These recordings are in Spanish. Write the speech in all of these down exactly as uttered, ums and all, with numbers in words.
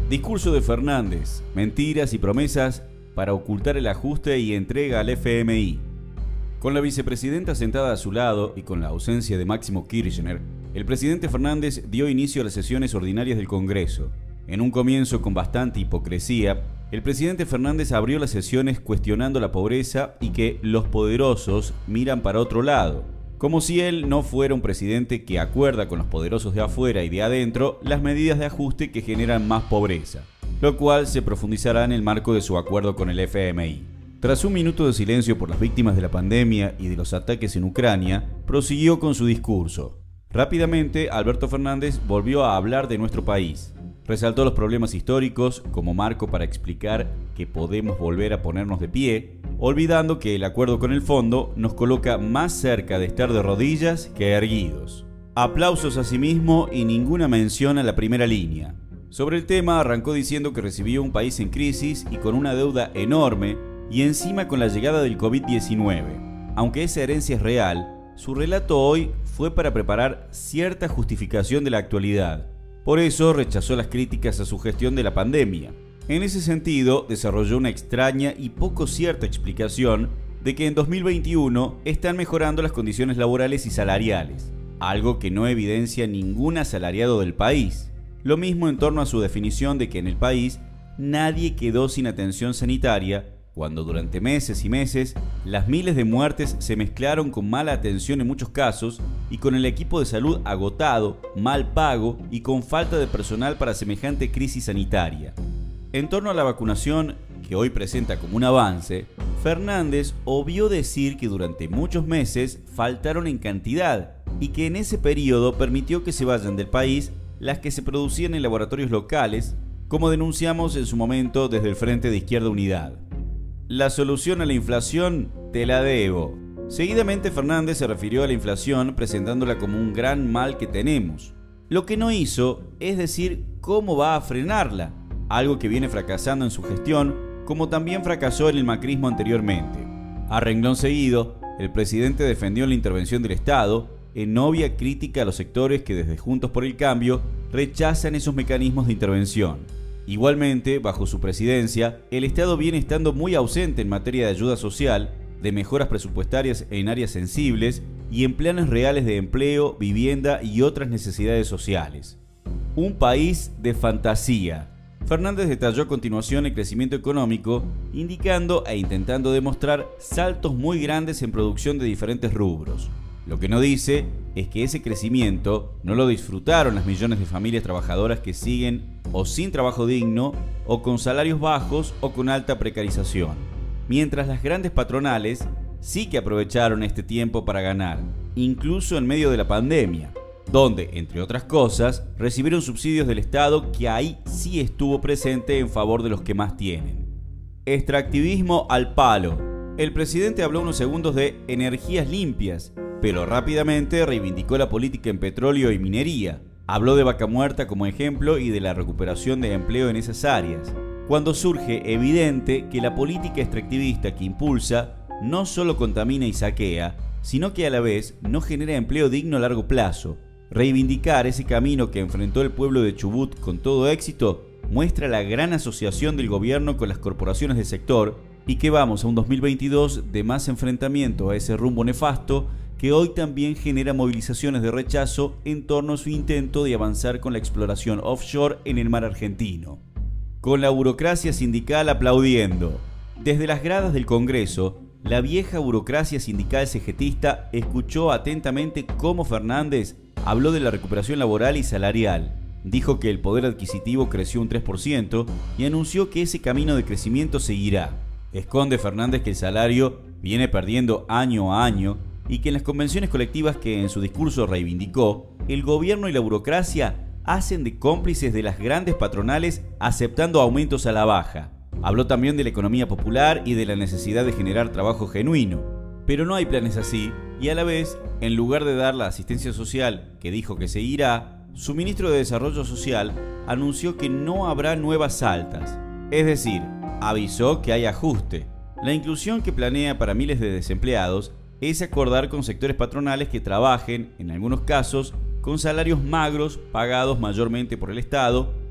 Discurso de Fernández, mentiras y promesas para ocultar el ajuste y entrega al F M I. Con la vicepresidenta sentada a su lado y con la ausencia de Máximo Kirchner, el presidente Fernández dio inicio a las sesiones ordinarias del Congreso. En un comienzo con bastante hipocresía, el presidente Fernández abrió las sesiones cuestionando la pobreza y que los poderosos miran para otro lado, como si él no fuera un presidente que acuerda con los poderosos de afuera y de adentro las medidas de ajuste que generan más pobreza, lo cual se profundizará en el marco de su acuerdo con el F M I. Tras un minuto de silencio por las víctimas de la pandemia y de los ataques en Ucrania, prosiguió con su discurso. Rápidamente, Alberto Fernández volvió a hablar de nuestro país. Resaltó los problemas históricos como marco para explicar que podemos volver a ponernos de pie, olvidando que el acuerdo con el fondo nos coloca más cerca de estar de rodillas que erguidos. Aplausos a sí mismo y ninguna mención a la primera línea. Sobre el tema arrancó diciendo que recibió un país en crisis y con una deuda enorme y encima con la llegada del COVID diecinueve. Aunque esa herencia es real, su relato hoy fue para preparar cierta justificación de la actualidad. Por eso rechazó las críticas a su gestión de la pandemia. En ese sentido, desarrolló una extraña y poco cierta explicación de que en dos mil veintiuno están mejorando las condiciones laborales y salariales, algo que no evidencia ningún asalariado del país. Lo mismo en torno a su definición de que en el país nadie quedó sin atención sanitaria, cuando durante meses y meses las miles de muertes se mezclaron con mala atención en muchos casos y con el equipo de salud agotado, mal pago y con falta de personal para semejante crisis sanitaria. En torno a la vacunación, que hoy presenta como un avance, Fernández obvió decir que durante muchos meses faltaron en cantidad y que en ese periodo permitió que se vayan del país las que se producían en laboratorios locales, como denunciamos en su momento desde el Frente de Izquierda Unidad. La solución a la inflación te la debo. Seguidamente Fernández se refirió a la inflación presentándola como un gran mal que tenemos. Lo que no hizo es decir cómo va a frenarla, algo que viene fracasando en su gestión, como también fracasó en el macrismo anteriormente. A renglón seguido, el presidente defendió la intervención del Estado, en obvia crítica a los sectores que desde Juntos por el Cambio rechazan esos mecanismos de intervención. Igualmente, bajo su presidencia, el Estado viene estando muy ausente en materia de ayuda social, de mejoras presupuestarias en áreas sensibles y en planes reales de empleo, vivienda y otras necesidades sociales. Un país de fantasía. Fernández detalló a continuación el crecimiento económico, indicando e intentando demostrar saltos muy grandes en producción de diferentes rubros. Lo que no dice es que ese crecimiento no lo disfrutaron las millones de familias trabajadoras que siguen o sin trabajo digno, o con salarios bajos o con alta precarización. Mientras las grandes patronales sí que aprovecharon este tiempo para ganar, incluso en medio de la pandemia, donde, entre otras cosas, recibieron subsidios del Estado que ahí sí estuvo presente en favor de los que más tienen. Extractivismo al palo. El presidente habló unos segundos de energías limpias, pero rápidamente reivindicó la política en petróleo y minería. Habló de Vaca Muerta como ejemplo y de la recuperación de empleo en esas áreas, cuando surge evidente que la política extractivista que impulsa no solo contamina y saquea, sino que a la vez no genera empleo digno a largo plazo. Reivindicar ese camino que enfrentó el pueblo de Chubut con todo éxito muestra la gran asociación del gobierno con las corporaciones del sector y que vamos a un dos mil veintidós de más enfrentamiento a ese rumbo nefasto que hoy también genera movilizaciones de rechazo en torno a su intento de avanzar con la exploración offshore en el mar argentino. Con la burocracia sindical aplaudiendo. Desde las gradas del Congreso, la vieja burocracia sindical cegetista escuchó atentamente cómo Fernández habló de la recuperación laboral y salarial. Dijo que el poder adquisitivo creció un tres por ciento y anunció que ese camino de crecimiento seguirá. Esconde Fernández que el salario viene perdiendo año a año y que en las convenciones colectivas que en su discurso reivindicó, el gobierno y la burocracia hacen de cómplices de las grandes patronales aceptando aumentos a la baja. Habló también de la economía popular y de la necesidad de generar trabajo genuino. Pero no hay planes así y a la vez, en lugar de dar la asistencia social que dijo que seguirá, su ministro de Desarrollo Social anunció que no habrá nuevas altas. Es decir, avisó que hay ajuste. La inclusión que planea para miles de desempleados es acordar con sectores patronales que trabajen, en algunos casos, con salarios magros pagados mayormente por el Estado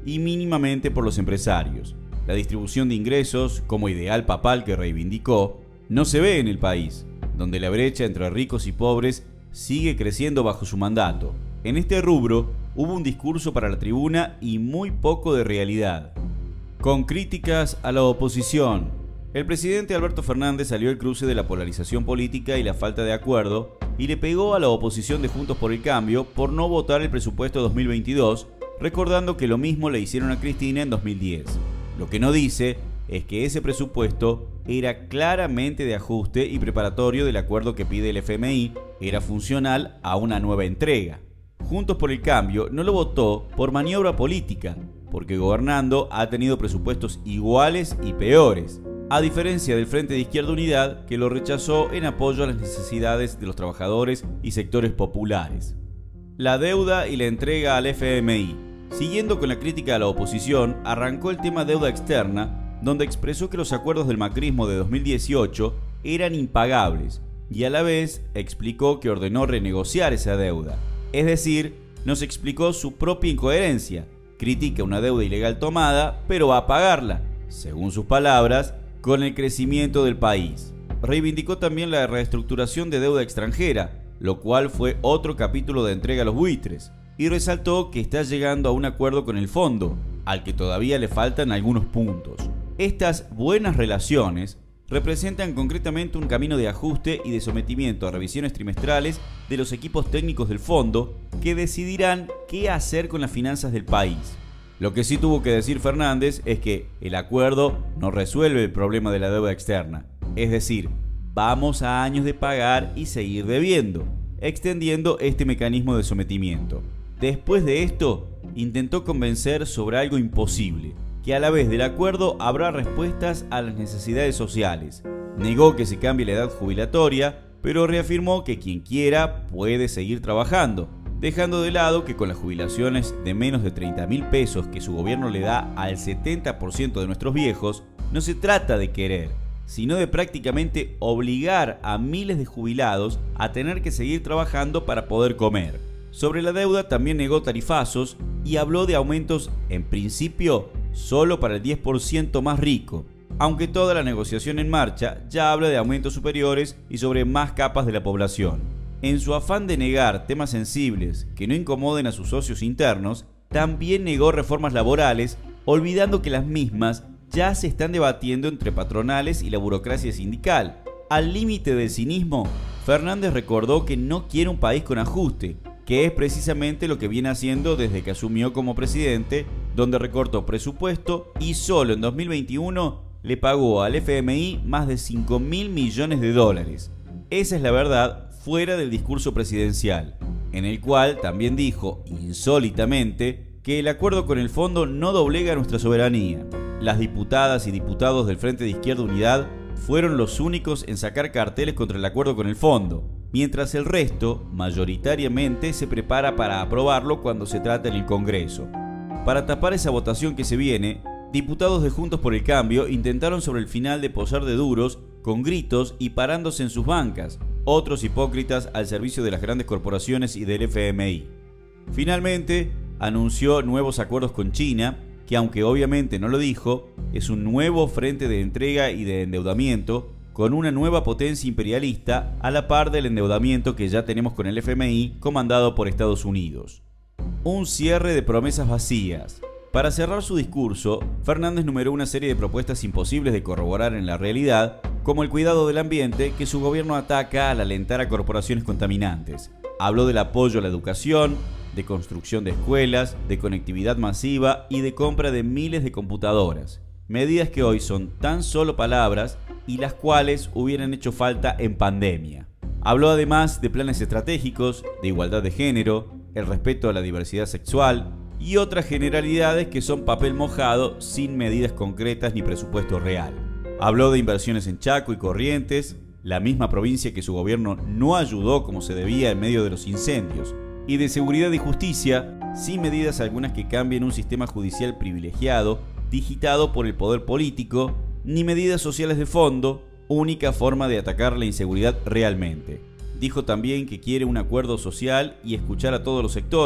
y mínimamente por los empresarios. La distribución de ingresos, como ideal papal que reivindicó, no se ve en el país, donde la brecha entre ricos y pobres sigue creciendo bajo su mandato. En este rubro hubo un discurso para la tribuna y muy poco de realidad. Con críticas a la oposición, el presidente Alberto Fernández salió al cruce de la polarización política y la falta de acuerdo y le pegó a la oposición de Juntos por el Cambio por no votar el presupuesto dos mil veintidós, recordando que lo mismo le hicieron a Cristina en dos mil diez. Lo que no dice es que ese presupuesto era claramente de ajuste y preparatorio del acuerdo que pide el F M I, era funcional a una nueva entrega. Juntos por el Cambio no lo votó por maniobra política, porque gobernando ha tenido presupuestos iguales y peores, a diferencia del Frente de Izquierda Unidad, que lo rechazó en apoyo a las necesidades de los trabajadores y sectores populares. La deuda y la entrega al F M I. Siguiendo con la crítica a la oposición, arrancó el tema deuda externa, donde expresó que los acuerdos del macrismo de dos mil dieciocho eran impagables, y a la vez explicó que ordenó renegociar esa deuda. Es decir, nos explicó su propia incoherencia. Critica una deuda ilegal tomada, pero va a pagarla, según sus palabras, con el crecimiento del país. Reivindicó también la reestructuración de deuda extranjera, lo cual fue otro capítulo de entrega a los buitres, y resaltó que está llegando a un acuerdo con el fondo, al que todavía le faltan algunos puntos. Estas buenas relaciones representan concretamente un camino de ajuste y de sometimiento a revisiones trimestrales de los equipos técnicos del fondo que decidirán qué hacer con las finanzas del país. Lo que sí tuvo que decir Fernández es que el acuerdo no resuelve el problema de la deuda externa, es decir, vamos a años de pagar y seguir debiendo, extendiendo este mecanismo de sometimiento. Después de esto, intentó convencer sobre algo imposible, que a la vez del acuerdo habrá respuestas a las necesidades sociales. Negó que se cambie la edad jubilatoria, pero reafirmó que quien quiera puede seguir trabajando, dejando de lado que con las jubilaciones de menos de treinta mil pesos que su gobierno le da al setenta por ciento de nuestros viejos, no se trata de querer, sino de prácticamente obligar a miles de jubilados a tener que seguir trabajando para poder comer. Sobre la deuda también negó tarifazos y habló de aumentos, en principio, solo para el diez por ciento más rico, aunque toda la negociación en marcha ya habla de aumentos superiores y sobre más capas de la población. En su afán de negar temas sensibles que no incomoden a sus socios internos, también negó reformas laborales, olvidando que las mismas ya se están debatiendo entre patronales y la burocracia sindical. Al límite del cinismo, Fernández recordó que no quiere un país con ajuste, que es precisamente lo que viene haciendo desde que asumió como presidente, donde recortó presupuesto y solo en dos mil veintiuno le pagó al F M I más de cinco mil millones de dólares. Esa es la verdad fuera del discurso presidencial, en el cual también dijo, insólitamente, que el acuerdo con el fondo no doblega nuestra soberanía. Las diputadas y diputados del Frente de Izquierda Unidad fueron los únicos en sacar carteles contra el acuerdo con el fondo, mientras el resto, mayoritariamente, se prepara para aprobarlo cuando se trata en el Congreso. Para tapar esa votación que se viene, diputados de Juntos por el Cambio intentaron sobre el final de posar de duros, con gritos y parándose en sus bancas, otros hipócritas al servicio de las grandes corporaciones y del F M I. Finalmente, anunció nuevos acuerdos con China, que aunque obviamente no lo dijo, es un nuevo frente de entrega y de endeudamiento, con una nueva potencia imperialista a la par del endeudamiento que ya tenemos con el F M I comandado por Estados Unidos. Un cierre de promesas vacías. Para cerrar su discurso, Fernández numeró una serie de propuestas imposibles de corroborar en la realidad, como el cuidado del ambiente que su gobierno ataca al alentar a corporaciones contaminantes. Habló del apoyo a la educación, de construcción de escuelas, de conectividad masiva y de compra de miles de computadoras. Medidas que hoy son tan solo palabras y las cuales hubieran hecho falta en pandemia. Habló además de planes estratégicos, de igualdad de género, el respeto a la diversidad sexual y otras generalidades que son papel mojado sin medidas concretas ni presupuesto real. Habló de inversiones en Chaco y Corrientes, la misma provincia que su gobierno no ayudó como se debía en medio de los incendios, y de seguridad y justicia, sin medidas algunas que cambien un sistema judicial privilegiado, digitado por el poder político, ni medidas sociales de fondo, única forma de atacar la inseguridad realmente. Dijo también que quiere un acuerdo social y escuchar a todos los sectores,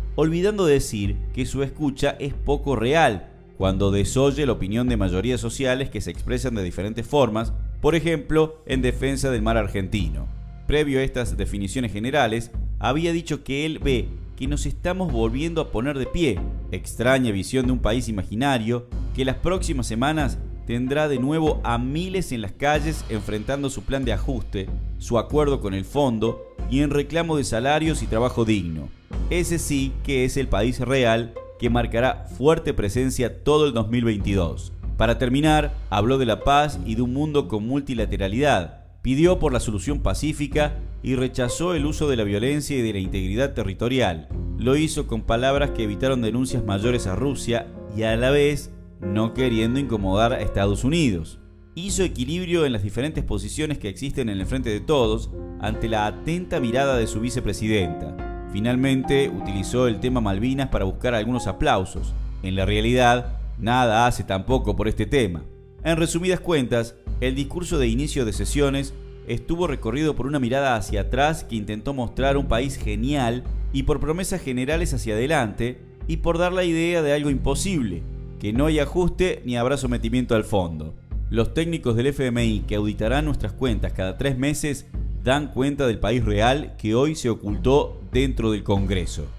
olvidando decir que su escucha es poco real, cuando desoye la opinión de mayorías sociales que se expresan de diferentes formas, por ejemplo, en defensa del mar argentino. Previo a estas definiciones generales, había dicho que él ve que nos estamos volviendo a poner de pie, extraña visión de un país imaginario que las próximas semanas tendrá de nuevo a miles en las calles enfrentando su plan de ajuste, su acuerdo con el fondo y en reclamo de salarios y trabajo digno. Ese sí que es el país real que marcará fuerte presencia todo el dos mil veintidós. Para terminar, habló de la paz y de un mundo con multilateralidad, pidió por la solución pacífica y rechazó el uso de la violencia y de la integridad territorial. Lo hizo con palabras que evitaron denuncias mayores a Rusia y a la vez no queriendo incomodar a Estados Unidos. Hizo equilibrio en las diferentes posiciones que existen en el frente de todos ante la atenta mirada de su vicepresidenta. Finalmente, utilizó el tema Malvinas para buscar algunos aplausos. En la realidad, nada hace tampoco por este tema. En resumidas cuentas, el discurso de inicio de sesiones estuvo recorrido por una mirada hacia atrás que intentó mostrar un país genial y por promesas generales hacia adelante y por dar la idea de algo imposible, que no hay ajuste ni habrá sometimiento al fondo. Los técnicos del F M I que auditarán nuestras cuentas cada tres meses dan cuenta del país real que hoy se ocultó dentro del Congreso.